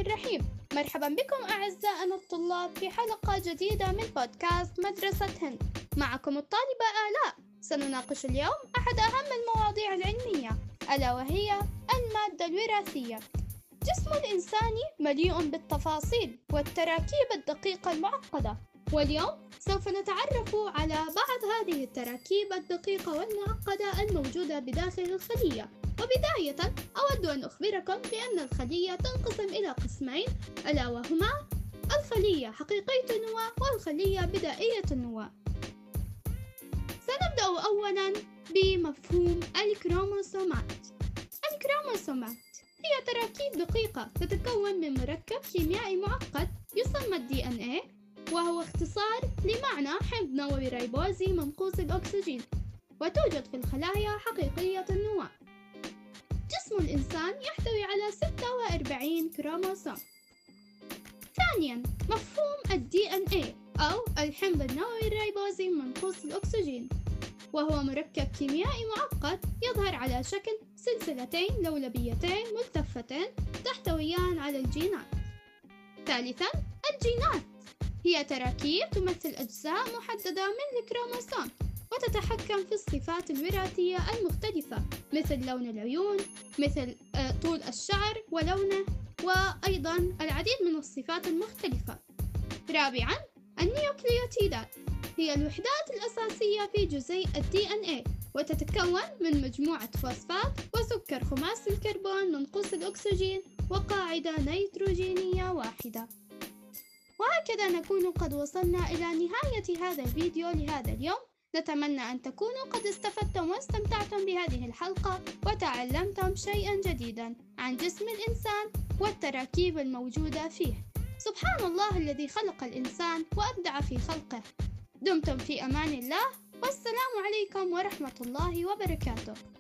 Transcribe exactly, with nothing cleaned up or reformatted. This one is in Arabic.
الرحيم. مرحبا بكم أعزائنا الطلاب في حلقة جديدة من بودكاست مدرسة هند. معكم الطالبة آلاء. سنناقش اليوم أحد أهم المواضيع العلمية ألا وهي المادة الوراثية. جسم الإنسان مليء بالتفاصيل والتراكيب الدقيقة المعقدة، واليوم سوف نتعرف على بعض هذه التراكيب الدقيقة والمعقدة الموجودة بداخل الخلية. وبداية أود أن أخبركم بأن الخلية تنقسم إلى قسمين، ألا وهما الخلية حقيقية النواة والخلية بدائية النواة. سنبدأ أولا بمفهوم الكروموسومات. الكروموسومات هي تراكيب دقيقة تتكون من مركب كيميائي معقد يسمى الدي إن إيه، وهو اختصار لمعنى حمض نووي ريبوزي منقوص الأكسجين، وتوجد في الخلايا حقيقية النواة. جسم الإنسان يحتوي على ستة وأربعين كروموسوم. ثانياً، مفهوم ال دي إن إيه أو الحمض النووي الريبوزي منقوص الأكسجين، وهو مركب كيميائي معقد يظهر على شكل سلسلتين لولبيتين ملتفتين تحتويان على الجينات. ثالثاً، الجينات هي تراكيب تمثل أجزاء محددة من الكروموسوم وتتحكم في الصفات الوراثية المختلفة، مثل لون العيون، مثل طول الشعر ولونه، وأيضاً العديد من الصفات المختلفة. رابعاً، النيوكليوتيدات هي الوحدات الأساسية في جزيء ال دي إن إيه، وتتكون من مجموعة فوسفات وسكر خماسي الكربون منقوص الأكسجين وقاعدة نيتروجينية واحدة. وهكذا نكون قد وصلنا إلى نهاية هذا الفيديو لهذا اليوم. نتمنى أن تكونوا قد استفدتم واستمتعتم بهذه الحلقة وتعلمتم شيئا جديدا عن جسم الإنسان والتراكيب الموجودة فيه. سبحان الله الذي خلق الإنسان وأبدع في خلقه. دمتم في أمان الله، والسلام عليكم ورحمة الله وبركاته.